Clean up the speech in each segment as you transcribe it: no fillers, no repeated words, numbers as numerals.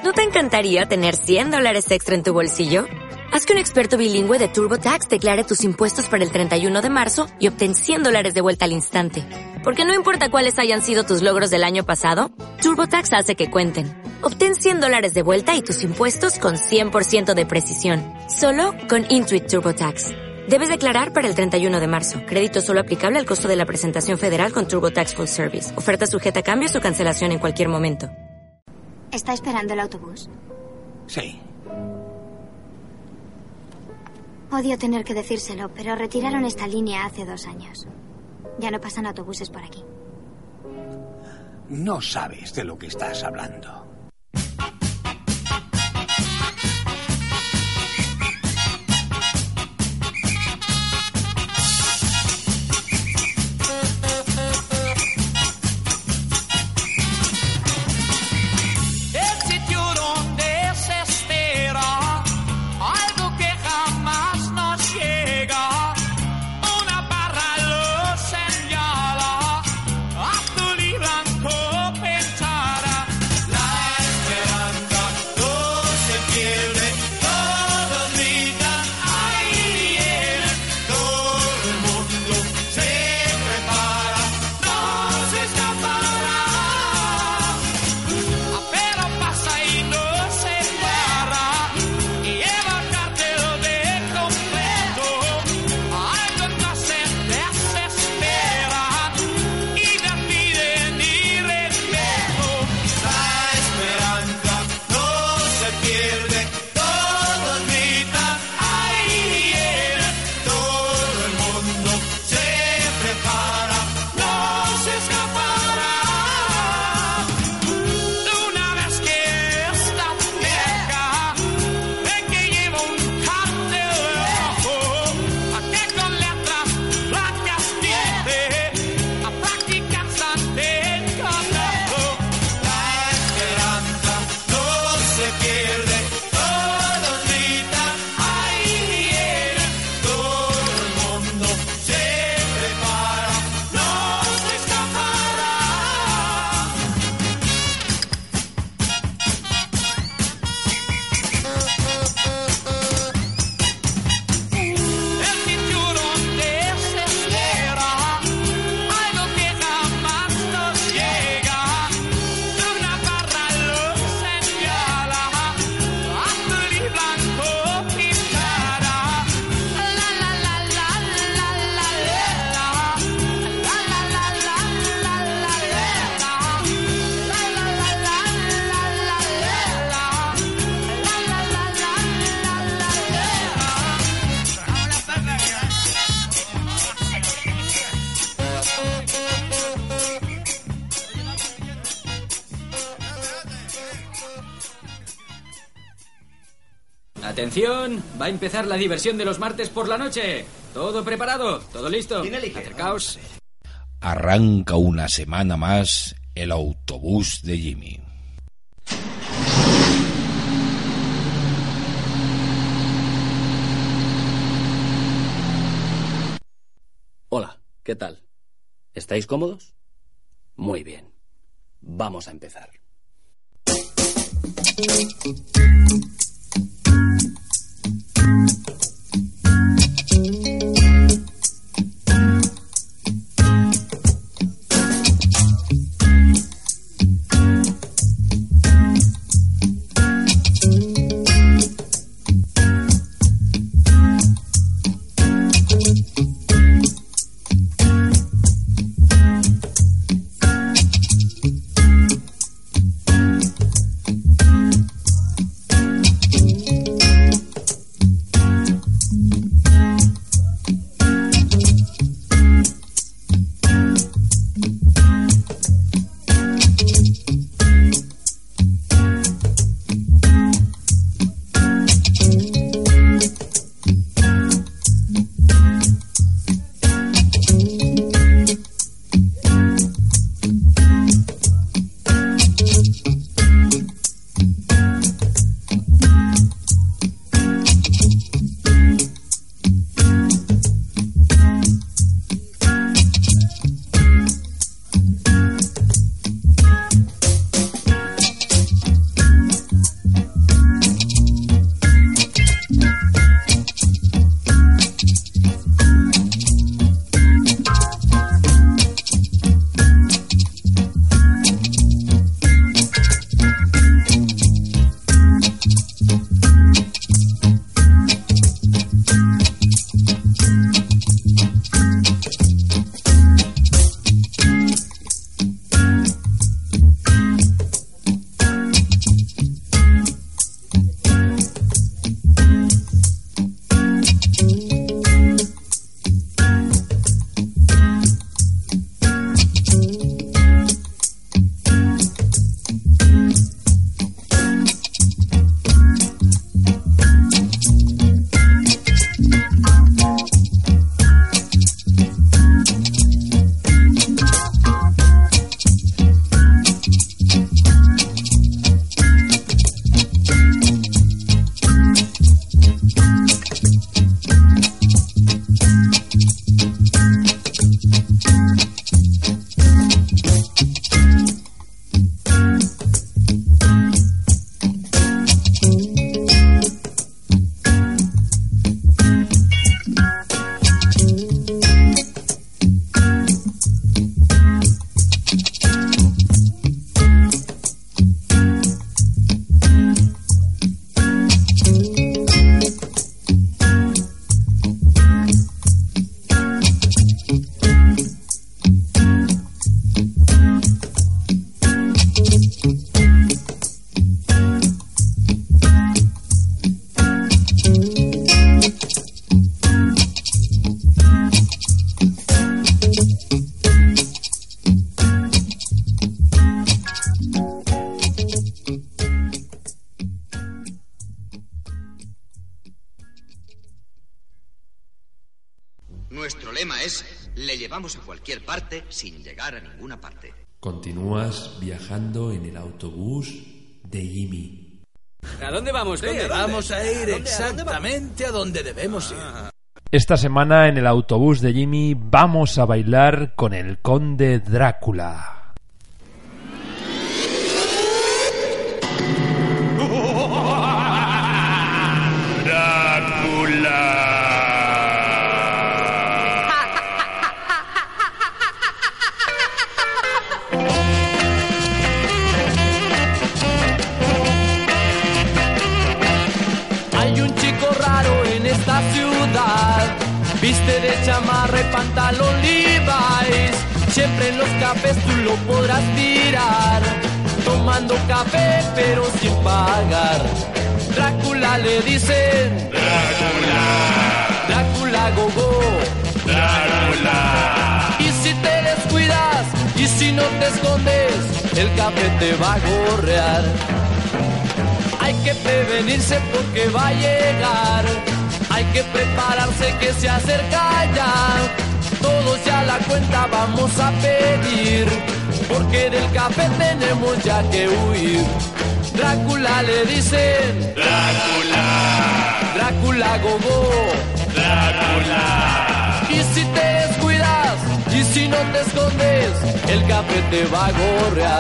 ¿No te encantaría tener $100 extra en tu bolsillo? Haz que un experto bilingüe de TurboTax declare tus impuestos para el 31 de marzo y obtén $100 de vuelta al instante. Porque no importa cuáles hayan sido tus logros del año pasado, TurboTax hace que cuenten. Obtén $100 de vuelta y tus impuestos con 100% de precisión. Solo con Intuit TurboTax. Debes declarar para el 31 de marzo. Crédito solo aplicable al costo de la presentación federal con TurboTax Full Service. Oferta sujeta a cambios o cancelación en cualquier momento. ¿Está esperando el autobús? Sí. Odio tener que decírselo, pero retiraron esta línea hace 2 años. Ya no pasan autobuses por aquí. No sabes de lo que estás hablando. Atención, va a empezar la diversión de los martes por la noche. Todo preparado, todo listo. Acercaos. Arranca una semana más el autobús de Jimmy. Hola, ¿qué tal? ¿Estáis cómodos? Muy bien. Vamos a empezar. Le llevamos a cualquier parte sin llegar a ninguna parte. Continúas viajando en el autobús de Jimmy. ¿A dónde vamos, Conde? Vamos a ir exactamente a donde debemos ir. Esta semana en el autobús de Jimmy vamos a bailar con el Conde Drácula. Viste de chamarra y pantalón Levi's. Siempre en los cafés tú lo podrás tirar. Tomando café pero sin pagar. Drácula le dicen. Drácula. Drácula gogo. Drácula. Y si te descuidas y si no te escondes, el café te va a gorrear. Hay que prevenirse porque va a llegar. Hay que prepararse que se acerca ya. Todos ya la cuenta vamos a pedir, porque del café tenemos ya que huir. Drácula le dicen. Drácula. Drácula gogo. Drácula. Y si te descuidas y si no te escondes, el café te va a gorrear.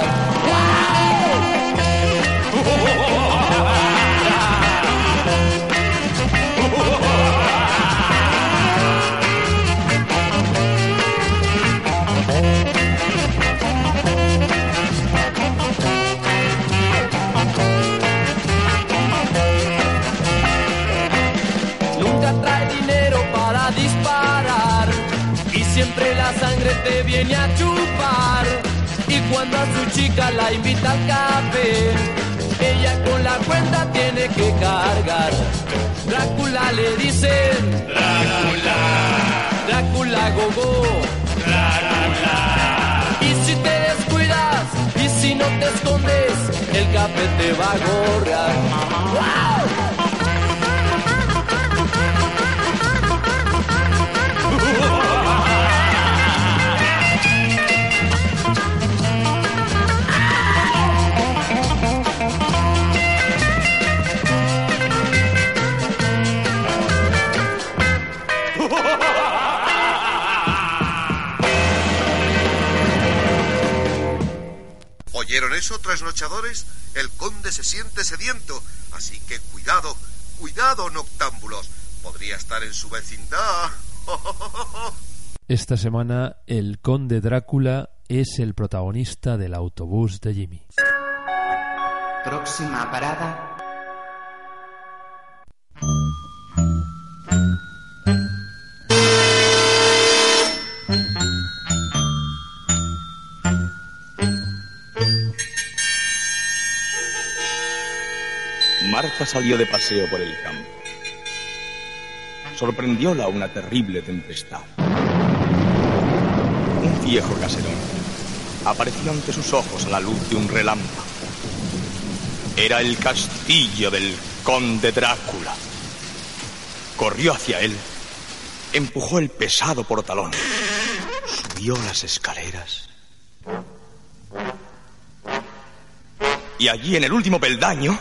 Siempre la sangre te viene a chupar. Y cuando a su chica la invita al café, ella con la cuenta tiene que cargar. Drácula le dicen. Drácula. Drácula gogo. Drácula. Y si te descuidas y si no te escondes, el café te va a gorrear. ¡Wow! ¿Oyeron eso, trasnochadores? El conde se siente sediento, así que cuidado, cuidado, noctámbulos. Podría estar en su vecindad. Esta semana el Conde Drácula es el protagonista del autobús de Jimmy. Próxima parada. Marta salió de paseo por el campo. Sorprendióla una terrible tempestad. Un viejo caserón apareció ante sus ojos a la luz de un relámpago. Era el castillo del Conde Drácula. Corrió hacia él, empujó el pesado portalón, subió las escaleras. Y allí, en el último peldaño,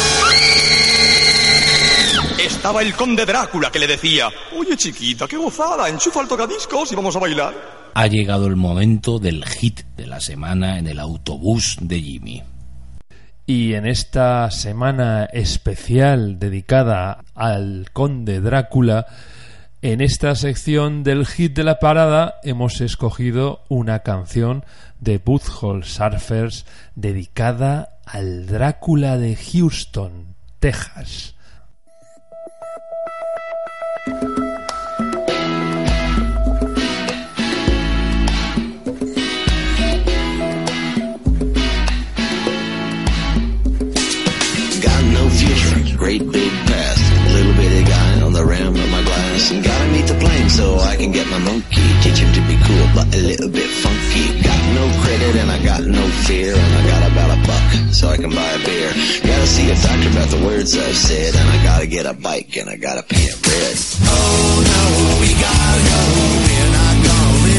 estaba el Conde Drácula, que le decía: oye, chiquita, qué gozada, enchufa el tocadiscos y vamos a bailar. Ha llegado el momento del hit de la semana en el autobús de Jimmy. Y en esta semana especial dedicada al Conde Drácula, en esta sección del hit de la parada hemos escogido una canción de Butthole Surfers dedicada al Drácula de Houston, Texas. Great big past, little bitty guy on the rim of my glass. And gotta meet the plane so I can get my monkey. Teach him to be cool but a little bit funky. Got no credit and I got no fear. And I got about $1 so I can buy a beer. Gotta see a doctor about the words I've said. And I gotta get a bike and I gotta paint it red. Oh no, we gotta go. We're not gonna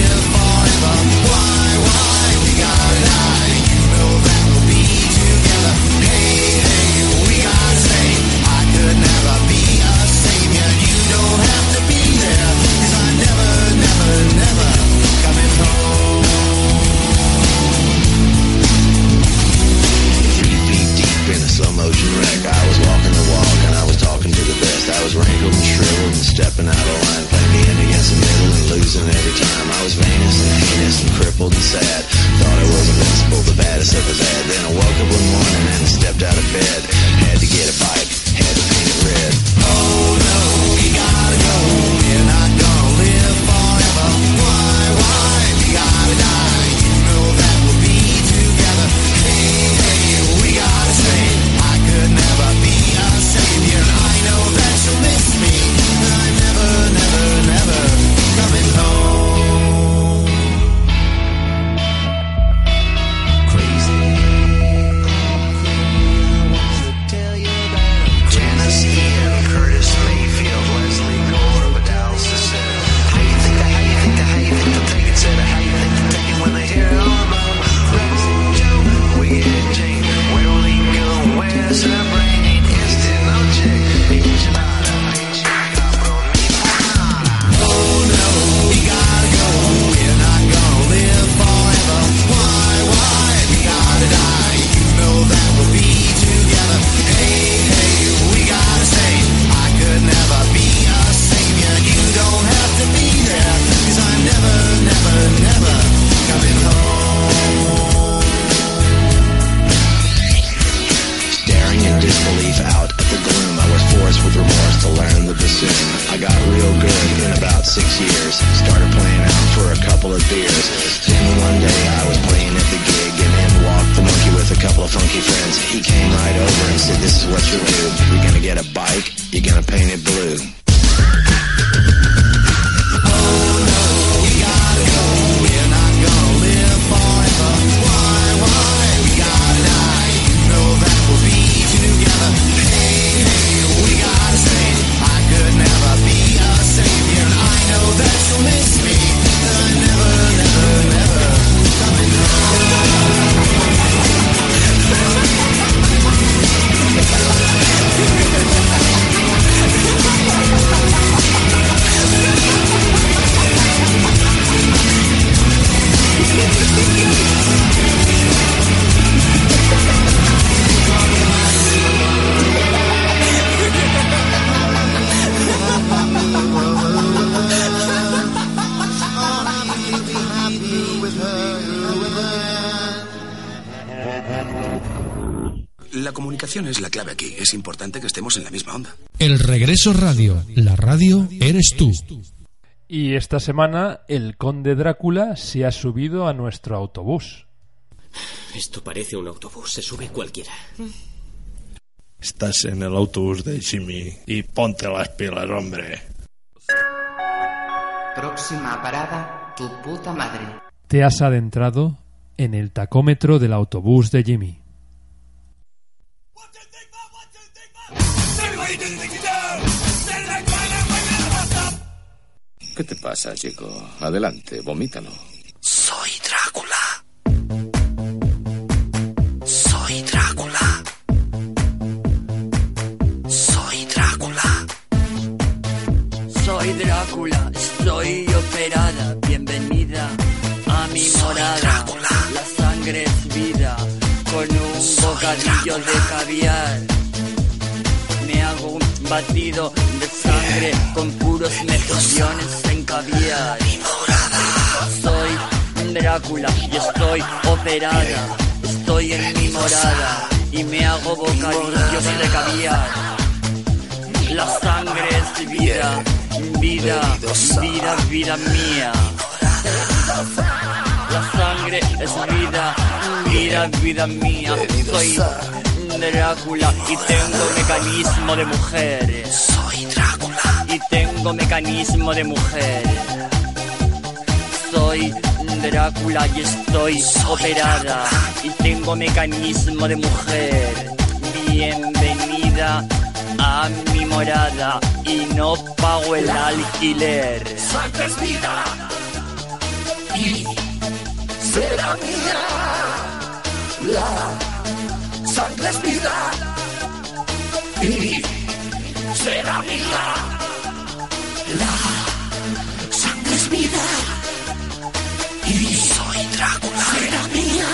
disbelief out at the gloom. I was forced with remorse to learn the bassoon. I got real good in about 6 years. Started playing out for a couple of beers. Then one day I was playing at the gig, and in walked the monkey with a couple of funky friends. He came right over and said, "This is what you do. You're gonna get a bike, you're gonna paint it blue." La comunicación es la clave aquí. Es importante que estemos en la misma onda. El Regreso Radio. La radio eres tú. Y esta semana el conde Drácula se ha subido a nuestro autobús. Esto parece un autobús. Se sube cualquiera. Estás en el autobús de Jimmy y ponte las pilas, hombre. Próxima parada, tu puta madre. Te has adentrado en el tacómetro del autobús de Jimmy. ¿Qué te pasa, chico? Adelante, vomítalo. Soy Drácula. Soy Drácula. Soy Drácula. Soy Drácula, estoy operada. Bienvenida a mi morada. La sangre es vida, con un bocadillo de caviar. Me hago un batido de sangre con puros mejillones en caviar. Soy Drácula y estoy operada. Estoy en mi morada y me hago bocadillos de caviar. La sangre es vida, vida, vida, vida mía. La sangre es vida, vida, vida mía. Soy Drácula y tengo mecanismo de mujer. Soy Drácula. Y tengo mecanismo de mujer. Soy Drácula y estoy operada. Y tengo mecanismo de mujer. Bienvenida a mi morada y no pago el alquiler. Sangre es vida y será mía. La sangre es vida y será mía. La sangre es vida y soy Drácula. Será mía.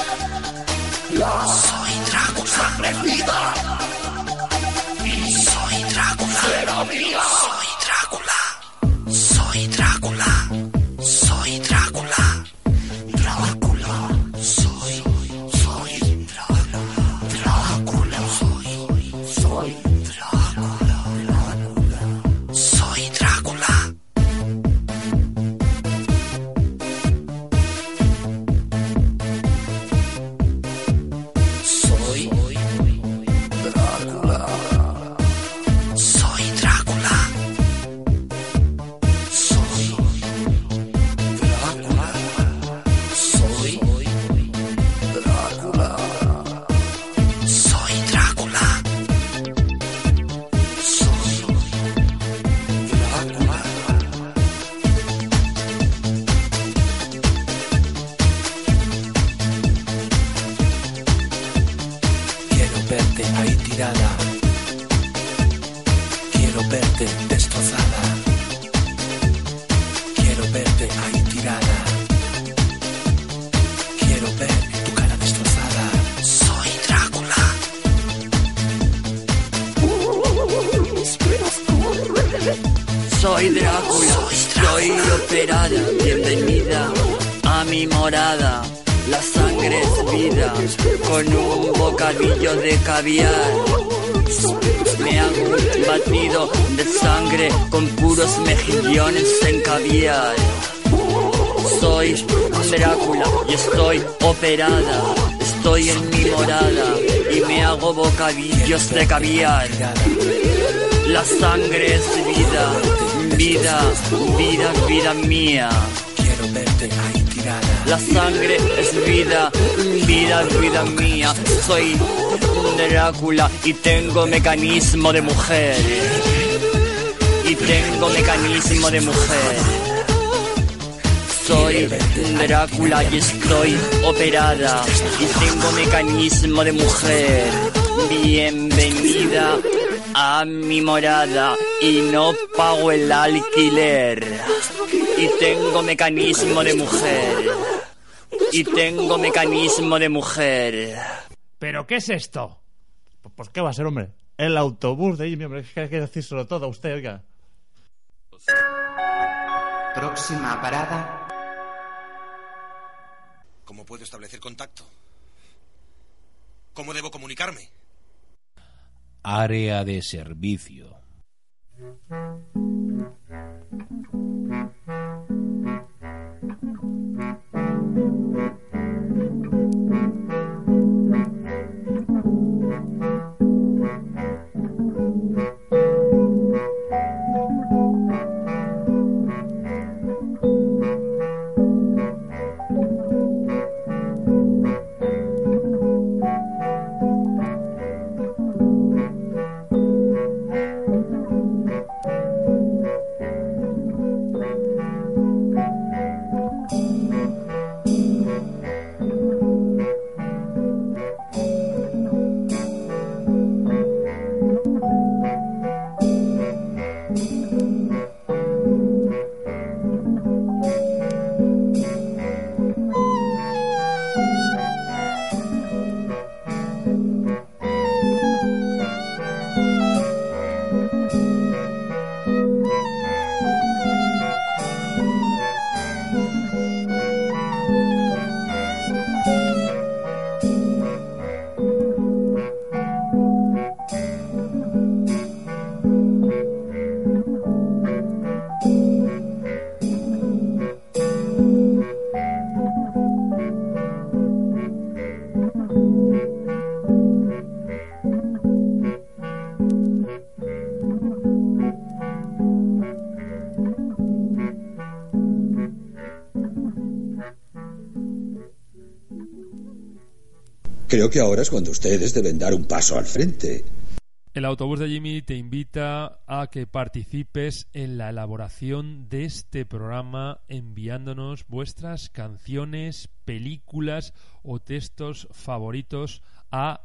Soy Drácula. Sangre es vida y soy Drácula. Será mía. Soy Drácula. Soy Drácula. Soy Drácula. Drácula. Soy Drácula. Soy Drácula. Soy Drácula. Soy Drácula. Soy Drácula. Soy Drácula. Soy Drácula. Soy Drácula. Soy Drácula. Quiero verte ahí tirada. Quiero verte destrozada. Quiero verte ahí tirada. Quiero ver tu cara destrozada. Soy Drácula. Soy Drácula, estoy operada. Bienvenida a mi morada. La sangre es vida, con un bocadillo de caviar. Me hago un batido de sangre con puros mejillones en caviar. Soy Drácula y estoy operada. Estoy en mi morada y me hago bocadillos de caviar. La sangre es vida, vida, vida, vida mía. Quiero verte ahí tirada. La sangre es vida, vida, vida mía. Soy Drácula y tengo mecanismo de mujer. Y tengo mecanismo de mujer. Soy Drácula y estoy operada. Y tengo mecanismo de mujer. Bienvenida a mi morada y no pago el alquiler. Y tengo mecanismo de mujer. Y tengo mecanismo de mujer. ¿Pero qué es esto? Pues ¿qué va a ser, hombre? El autobús de Jimmy, hombre. Es que hay que decírselo todo a usted, oiga. Próxima parada. ¿Cómo puedo establecer contacto? ¿Cómo debo comunicarme? Área de servicio. Creo que ahora es cuando ustedes deben dar un paso al frente. El autobús de Jimmy te invita a que participes en la elaboración de este programa enviándonos vuestras canciones, películas o textos favoritos a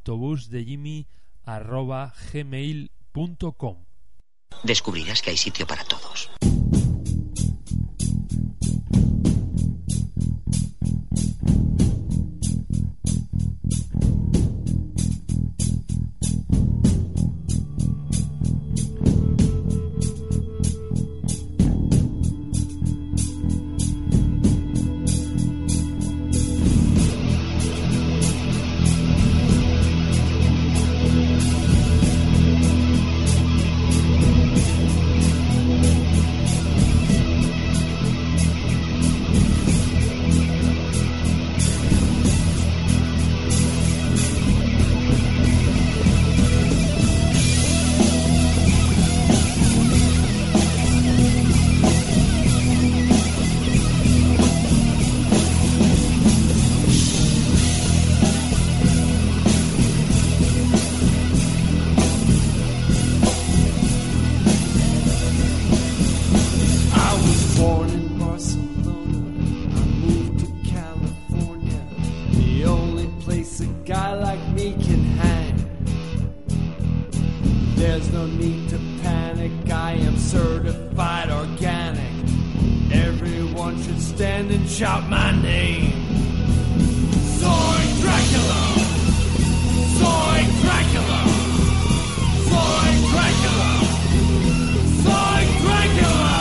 autobusdejimmy@gmail.com. Descubrirás que hay sitio para todos. Shout my name. Soy Dracula. Soy Dracula. Soy Dracula. Soy Dracula.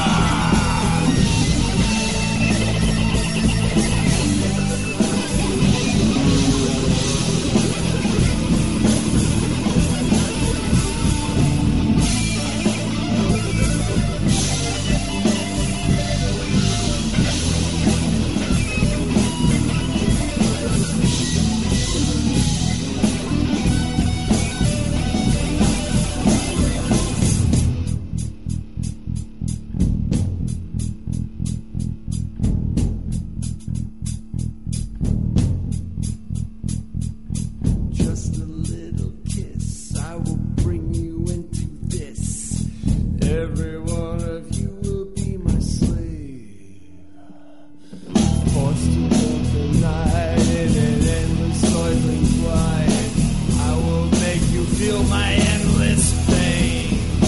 every one of you will be my slave. Forced to live the night in an endless toiling flight. I will make you feel my endless pain.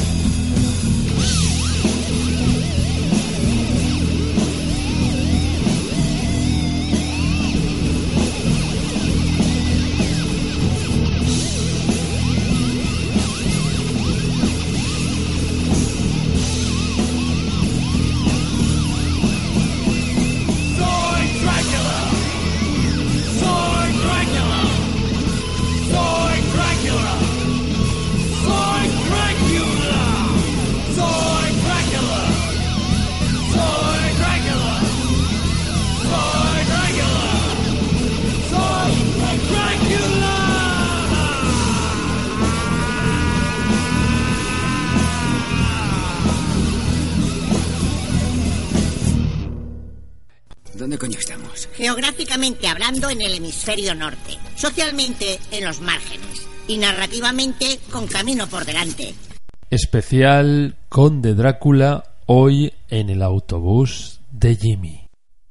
¿Dónde coño estamos? Geográficamente hablando, en el hemisferio norte. Socialmente, en los márgenes. Y narrativamente, con camino por delante. Especial Conde Drácula, hoy en el autobús de Jimmy.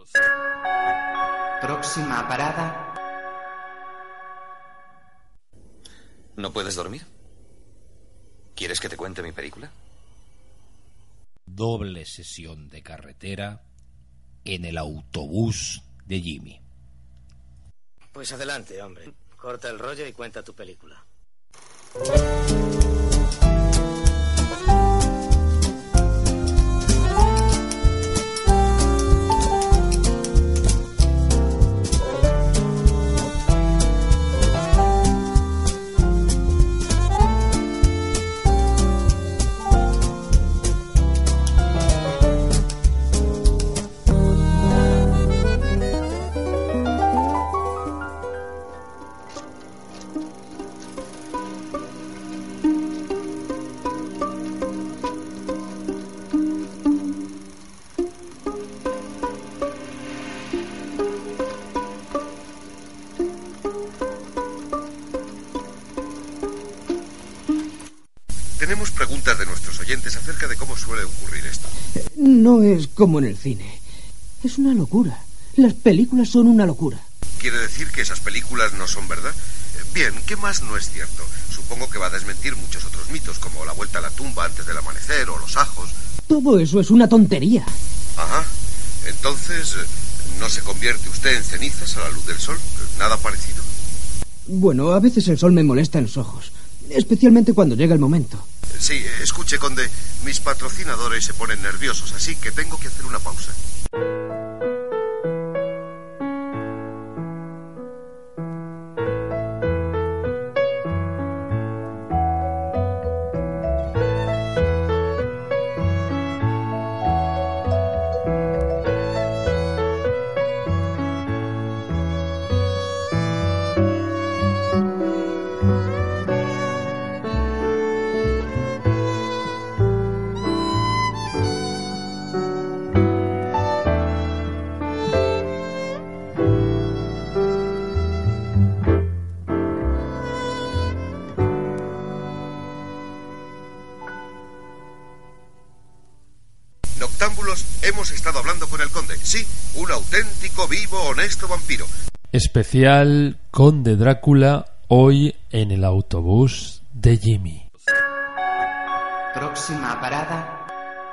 Próxima parada. ¿No puedes dormir? ¿Quieres que te cuente mi película? Doble sesión de carretera en el autobús de Jimmy. Pues adelante, hombre. Corta el rollo y cuenta tu película. Tenemos preguntas de nuestros oyentes acerca de cómo suele ocurrir esto. No es como en el cine. Es una locura. Las películas son una locura. ¿Quiere decir que esas películas no son verdad? Bien, ¿qué más no es cierto? Supongo que va a desmentir muchos otros mitos, como la vuelta a la tumba antes del amanecer o los ajos. Todo eso es una tontería. Ajá. Entonces, ¿no se convierte usted en cenizas a la luz del sol? ¿Nada parecido? Bueno, a veces el sol me molesta en los ojos, especialmente cuando llega el momento. Sí, escuche, conde, mis patrocinadores se ponen nerviosos, así que tengo que hacer una pausa. Noctámbulos, hemos estado hablando con el conde. Sí, un auténtico, vivo, honesto vampiro. Especial Conde Drácula, hoy en el autobús de Jimmy. Próxima parada.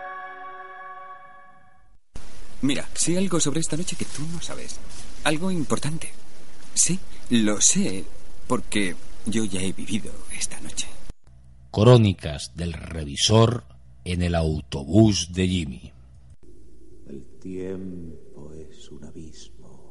Mira, sé algo sobre esta noche que tú no sabes. Algo importante. Sí, lo sé, porque yo ya he vivido esta noche. Crónicas del revisor en el autobús de Jimmy. El tiempo es un abismo.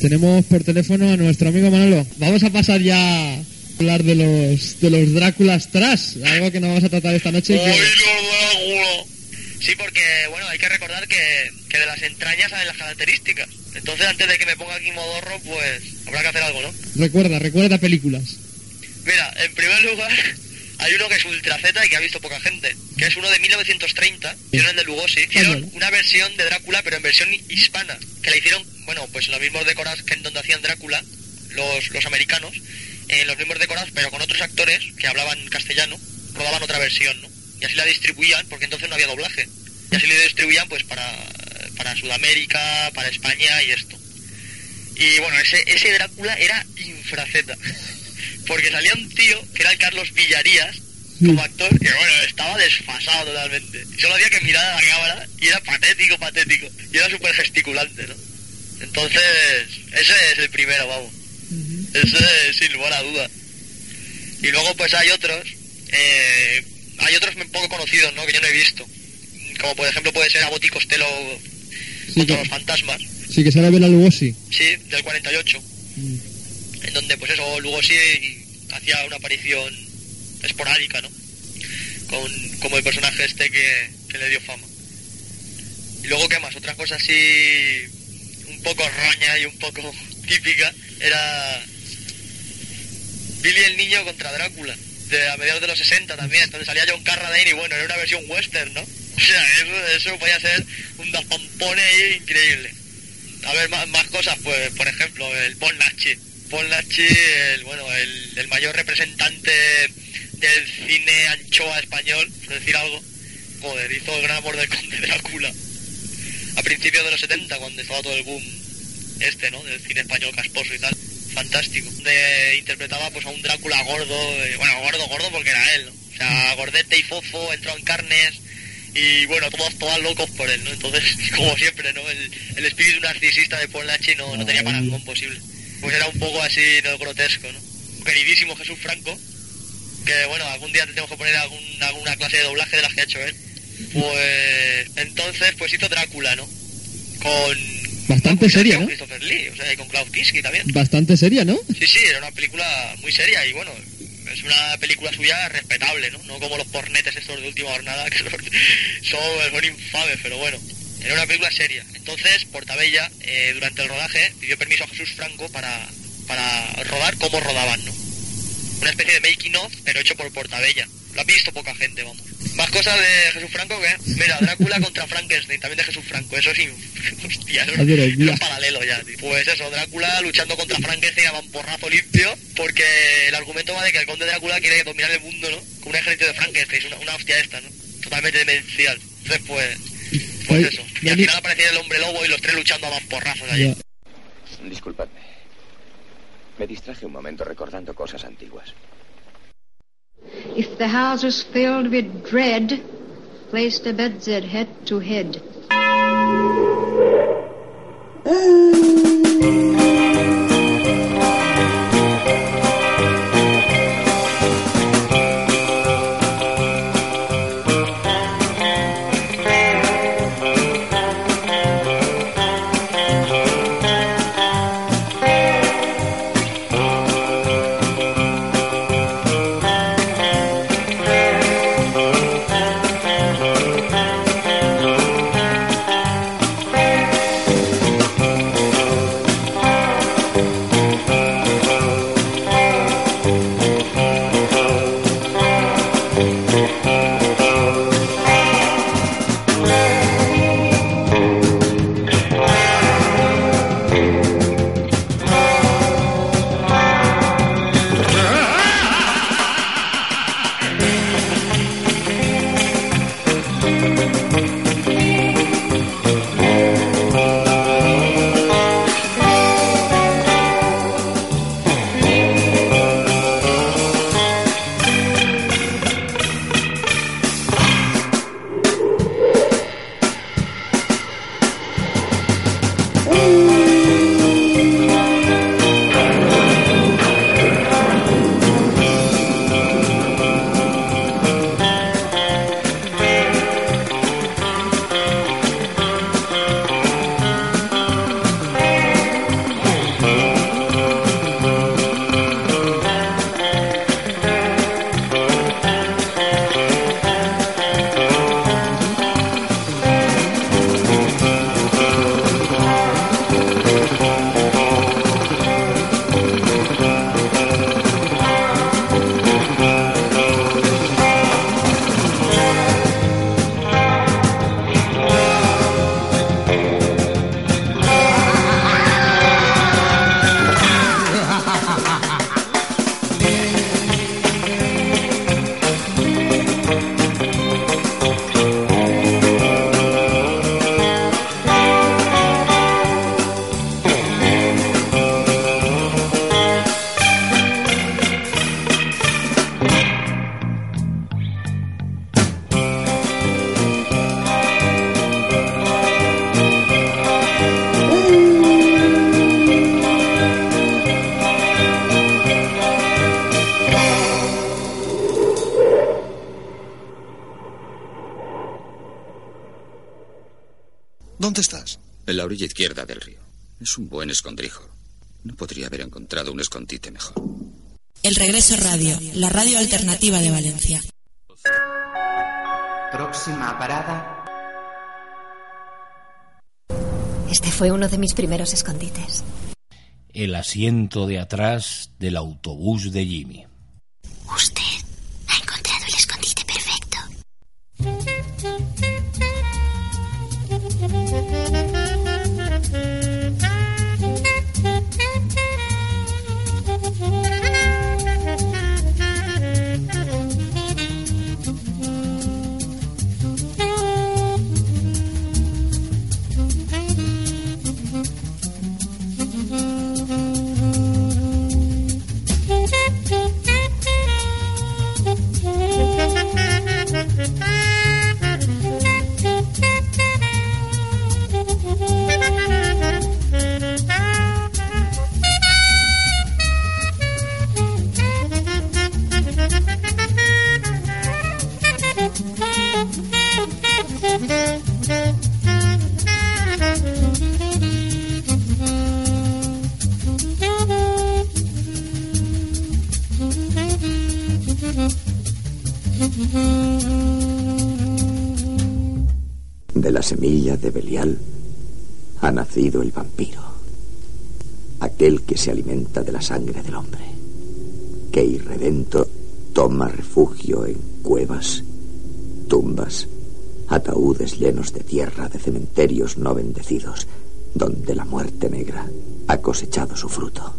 tenemos por teléfono a nuestro amigo Manolo. Vamos a pasar ya a hablar de los Dráculas Trash, algo que nos vamos a tratar esta noche. Sí, porque, bueno, hay que recordar que de las entrañas salen las características. Entonces, antes de que me ponga aquí modorro, pues habrá que hacer algo, ¿no? Recuerda películas. Mira, en primer lugar, hay uno que es Ultra Z y que ha visto poca gente, que es uno de 1930, hicieron el de Lugosi. Hicieron una versión de Drácula, pero en versión hispana, que la hicieron, bueno, pues en los mismos decorados que en donde hacían Drácula, los americanos, en los mismos decorados, pero con otros actores que hablaban castellano, rodaban otra versión, ¿no? Y así la distribuían, porque entonces no había doblaje. Y así la distribuían, pues, para Sudamérica, para España y esto. Y bueno, ese Drácula era infraceta. Porque salía un tío, que era el Carlos Villarías, como actor, que bueno, estaba desfasado totalmente. Solo hacía que mirar a la cámara y era patético. Y era súper gesticulante, ¿no? Entonces, ese es el primero, vamos. Ese sin lugar a duda. Y luego pues hay otros poco conocidos, ¿no? Que yo no he visto. Como por ejemplo puede ser Abbott y Costello contra los fantasmas. Sí, que sale Bela Lugosi. Sí, del 48. En donde pues eso, Lugosi hacía una aparición esporádica, ¿no? Como el personaje este que le dio fama. Y luego, ¿qué más? Otra cosa así un poco roña y un poco típica era Billy el Niño contra Drácula, a mediados de los 60 también, donde salía John Carradine y bueno, era una versión western, ¿no? O sea, eso podía ser un despompone ahí increíble. A ver, más cosas, pues, por ejemplo, el Paul Naschy. Paul Naschy, el mayor representante del cine anchoa español, por decir algo. Joder, hizo el gran amor del Conde Drácula a principios de los 70, cuando estaba todo el boom ¿no? Del cine español casposo y tal. Fantástico. Donde interpretaba pues a un Drácula gordo, gordo porque era él, ¿no? O sea, gordete y fofo, entró en carnes y bueno, todos locos por él, ¿no? Entonces, como siempre, ¿no? El espíritu narcisista de Paul Naschy no tenía parangón posible. Pues era un poco así, ¿no? Grotesco, ¿no? Queridísimo Jesús Franco, que bueno, algún día te tengo que poner alguna clase de doblaje de las que ha hecho él. Pues entonces pues hizo Drácula, ¿no? Bastante seria, ¿no? Christopher Lee, o sea, y con Klaus Kinski también. Bastante seria, ¿no? Sí, era una película muy seria y bueno, es una película suya respetable, ¿no? No como los pornetes estos de Última Jornada, que son infames, pero bueno, era una película seria. Entonces, Portabella, durante el rodaje, pidió permiso a Jesús Franco para rodar como rodaban, ¿no? Una especie de making of, pero hecho por Portabella. Lo ha visto poca gente, vamos. Más cosas de Jesús Franco, ¿qué? Mira, Drácula contra Frankenstein, también de Jesús Franco. Eso sí, hostia, eso es un paralelo ya, tío. Pues eso, Drácula luchando contra Frankenstein a mamporrazo limpio, porque el argumento va de que el conde Drácula quiere dominar el mundo, ¿no? Con un ejército de Frankenstein, una hostia esta, ¿no? Totalmente demencial. Entonces, pues eso. Y al final aparecía el hombre lobo y los tres luchando a mamporrazos allí. Disculpadme. Me distraje un momento recordando cosas antiguas. If the house was filled with dread, place the bedstead head to head. en la orilla izquierda del río. Es un buen escondrijo. No podría haber encontrado un escondite mejor. El Regreso Radio, la radio alternativa de Valencia. Próxima parada. Este fue uno de mis primeros escondites. El asiento de atrás del autobús de Jimmy. Usted ha encontrado el escondite perfecto. De la semilla de Belial ha nacido el vampiro, aquel que se alimenta de la sangre del hombre, que irredento toma refugio en cuevas, tumbas, ataúdes llenos de tierra, de cementerios no bendecidos, donde la muerte negra ha cosechado su fruto.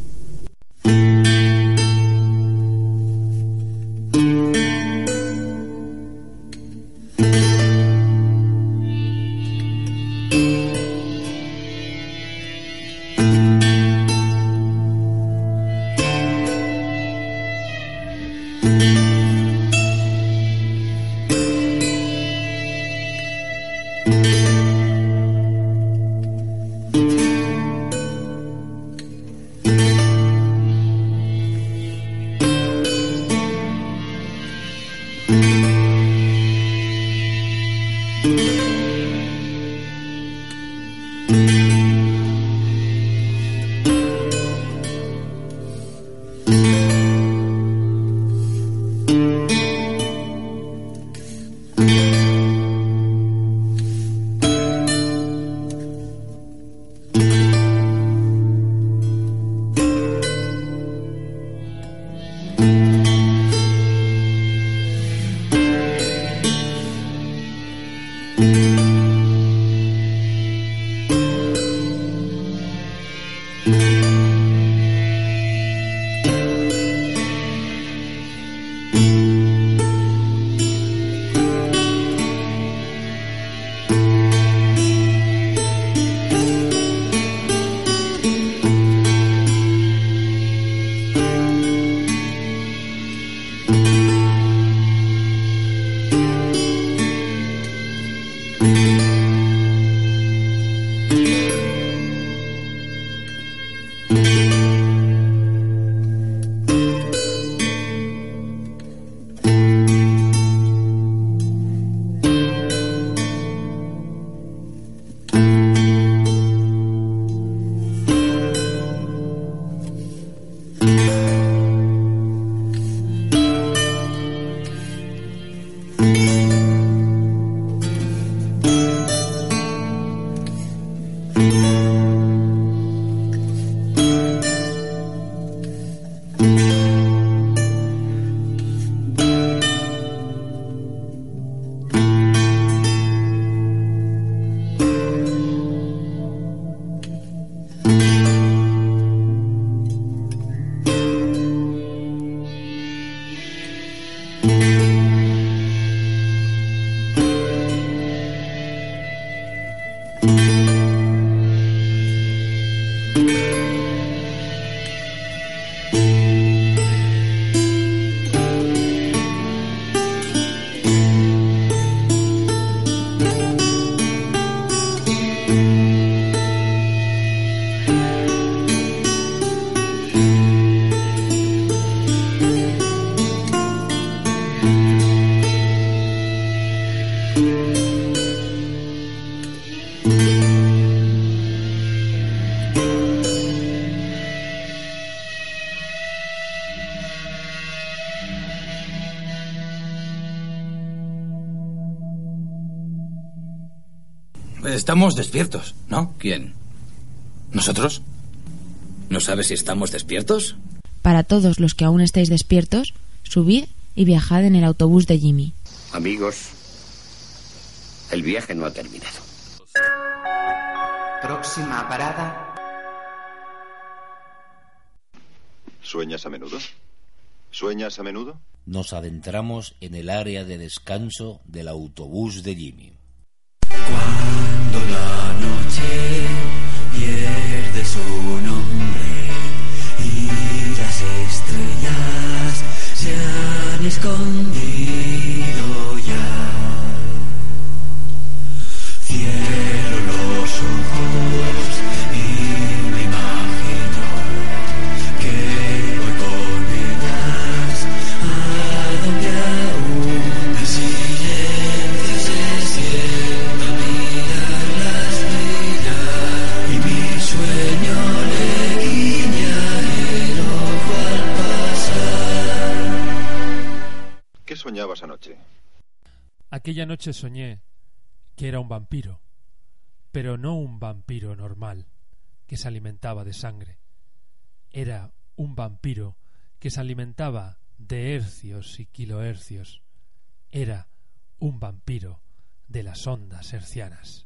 estamos despiertos, ¿no? ¿Quién? ¿Nosotros? ¿No sabes si estamos despiertos? Para todos los que aún estáis despiertos, subid y viajad en el autobús de Jimmy. Amigos, el viaje no ha terminado. Próxima parada. ¿Sueñas a menudo? ¿Sueñas a menudo? Nos adentramos en el área de descanso del autobús de Jimmy. Cuando la noche pierde su nombre y las estrellas se han escondido ya, cierro los ojos y me imagino que voy con ellas a donde aún el silencio se sienta a mirarlas brillar y mi sueño le guiña el ojo al pasar. ¿Qué soñabas anoche? Aquella noche soñé que era un vampiro, pero no un vampiro normal que se alimentaba de sangre. Era un vampiro que se alimentaba de hercios y kilohercios. Era un vampiro de las ondas hercianas.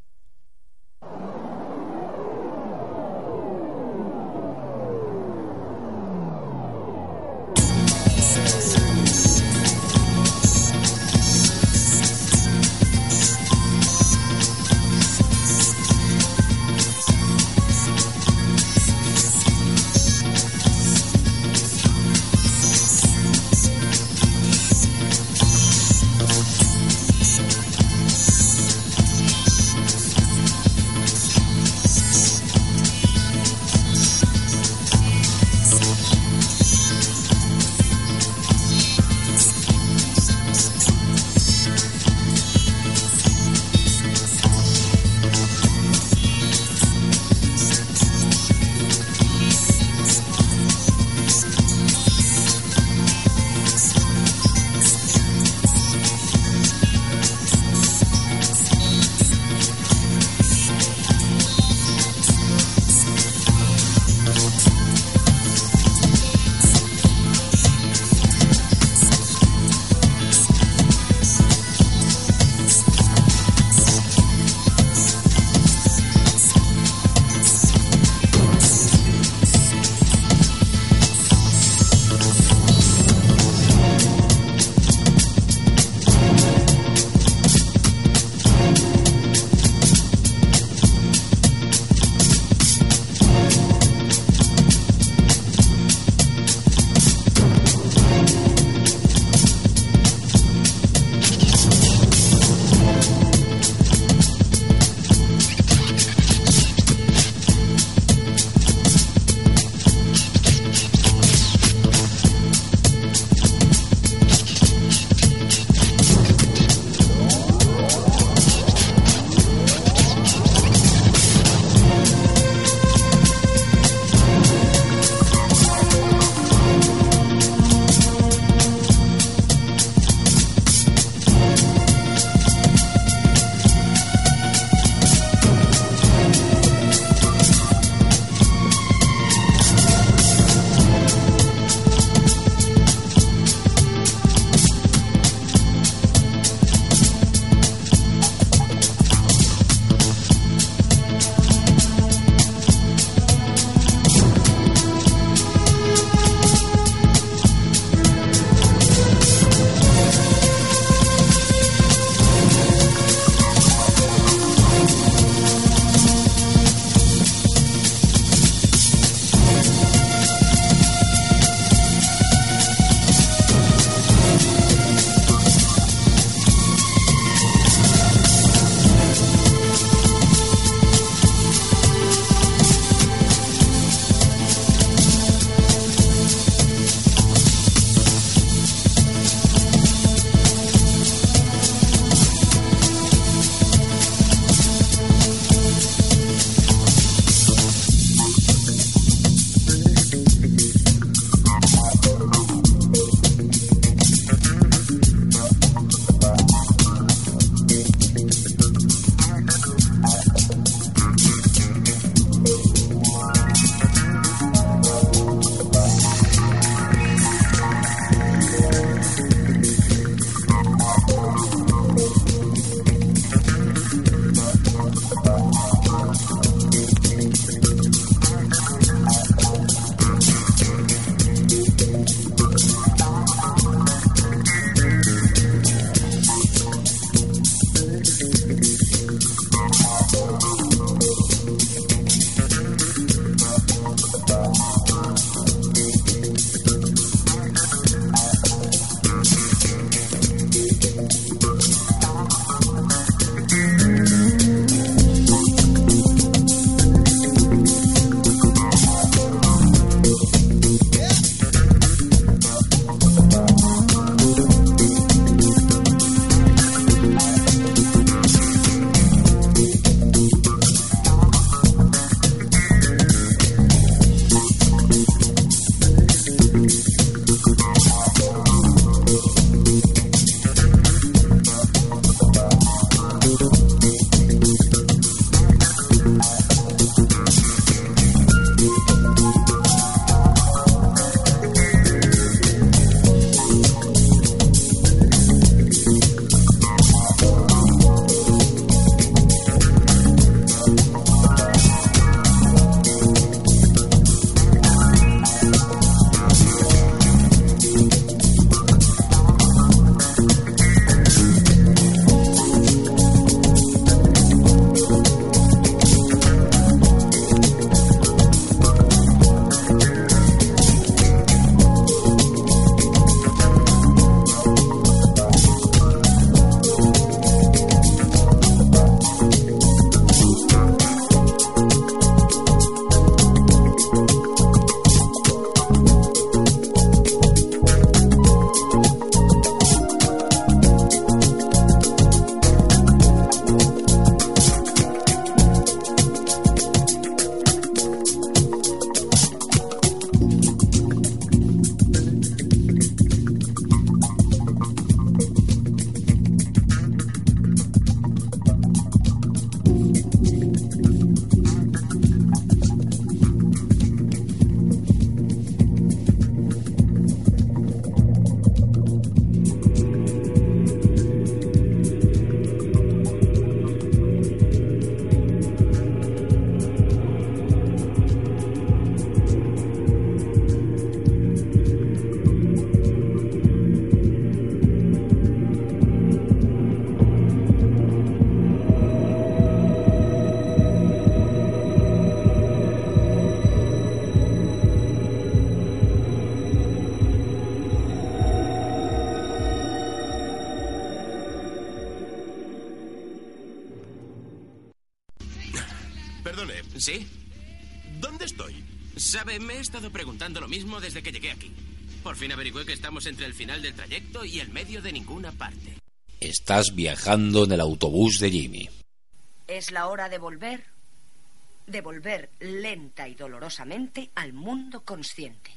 ¿Sí? ¿Dónde estoy? Sabe, me he estado preguntando lo mismo desde que llegué aquí. Por fin averigüé que estamos entre el final del trayecto y el medio de ninguna parte. Estás viajando en el autobús de Jimmy. Es la hora de volver lenta y dolorosamente al mundo consciente.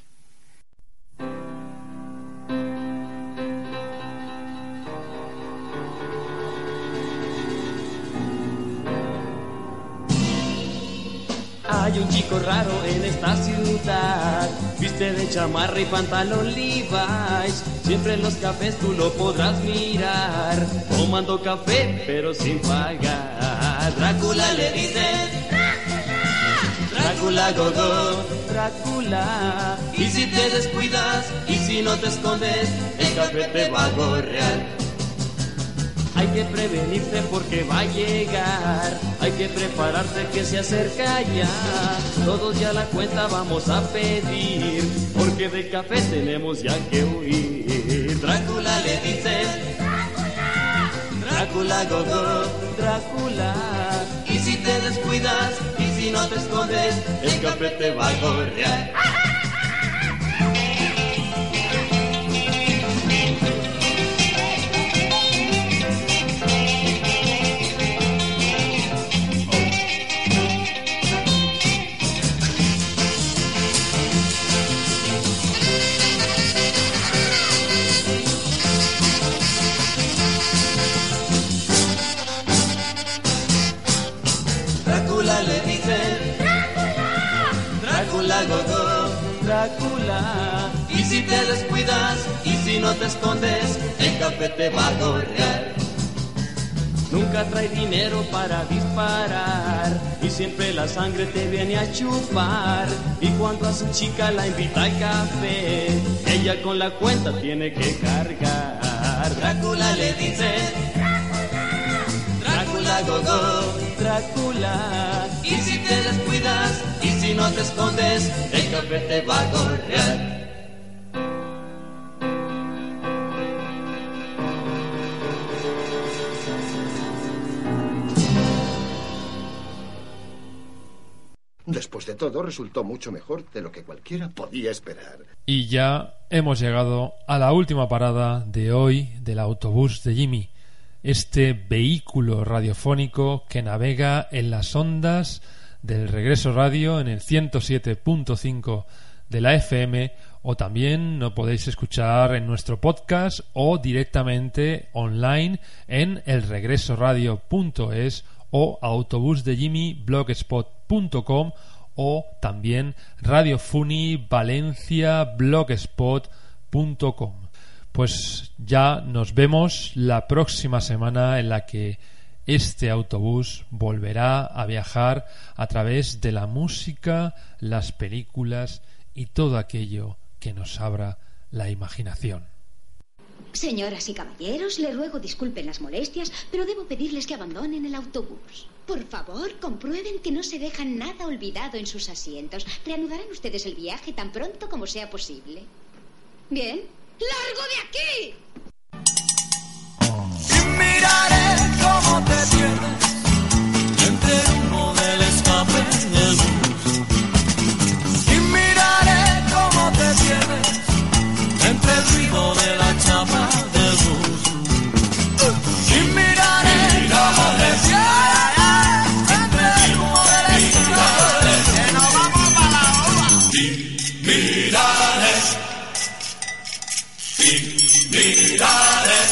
Hay un chico raro en esta ciudad, viste de chamarra y pantalón Levi's. Siempre en los cafés tú lo podrás mirar, tomando café pero sin pagar. Drácula le dice, Drácula gogo, Drácula. Y si te descuidas y si no te escondes, el café te va a gorrear. Hay que prevenirse porque va a llegar, hay que prepararse que se acerca ya. Todos ya la cuenta vamos a pedir, porque de café tenemos ya que huir. Drácula le dice, Drácula gogo, Drácula. Y si te descuidas y si no te escondes, el café te va a gorrear. Drácula. Y si te descuidas y si no te escondes, el café te va a gorrear. Nunca trae dinero para disparar y siempre la sangre te viene a chupar. Y cuando a su chica la invita al café, ella con la cuenta tiene que cargar. Drácula le dice, Drácula gogo, Drácula. Y si te descuidas y si no te escondes, el café te va a gorrear. Después de todo, resultó mucho mejor de lo que cualquiera podía esperar. Y ya hemos llegado a la última parada de hoy del autobús de Jimmy, este vehículo radiofónico que navega en las ondas del Regreso Radio en el 107.5 de la FM, o también lo podéis escuchar en nuestro podcast o directamente online en elregresoradio.es o autobusdejimmy.blogspot.com o también Radio Funny Valencia blogspot.com. Pues ya nos vemos la próxima semana, en la que este autobús volverá a viajar a través de la música, las películas y todo aquello que nos abra la imaginación. Señoras y caballeros, le ruego disculpen las molestias, pero debo pedirles que abandonen el autobús. Por favor, comprueben que no se dejan nada olvidado en sus asientos. Reanudarán ustedes el viaje tan pronto como sea posible. Bien. ¡Largo de aquí! Y miraré cómo te pierdes entre el humo del escape del bus. Y miraré cómo te pierdes entre el ruido de la chapa del bus. Y miraré cómo te pierdes entre el humo del escape. Que nos vamos para la ova. Y miraré. Y miraré.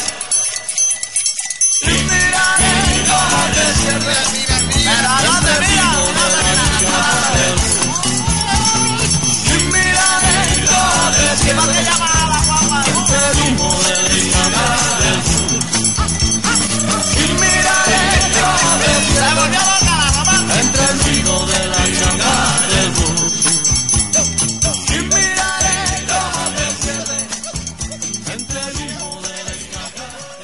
Y miraré cómo te pierdes. Pero no te miras, no te miras. Y miraré cómo te pierdes. Entre el humo del escape del bus. Y miraré cómo te pierdes. Entre el ruido de la chapa del bus. Y miraré cómo te pierdes. Entre el humo del escape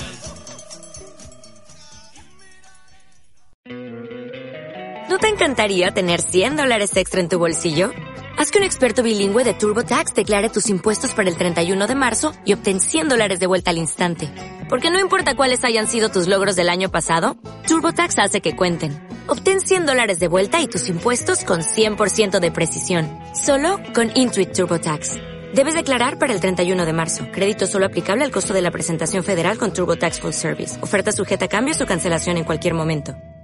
del bus. ¿No te encantaría tener $100 extra en tu bolsillo? Haz que un experto bilingüe de TurboTax declare tus impuestos para el 31 de marzo y obtén $100 de vuelta al instante. Porque no importa cuáles hayan sido tus logros del año pasado, TurboTax hace que cuenten. Obtén $100 de vuelta y tus impuestos con 100% de precisión. Solo con Intuit TurboTax. Debes declarar para el 31 de marzo. Crédito solo aplicable al costo de la presentación federal con TurboTax Full Service. Oferta sujeta a cambios o cancelación en cualquier momento.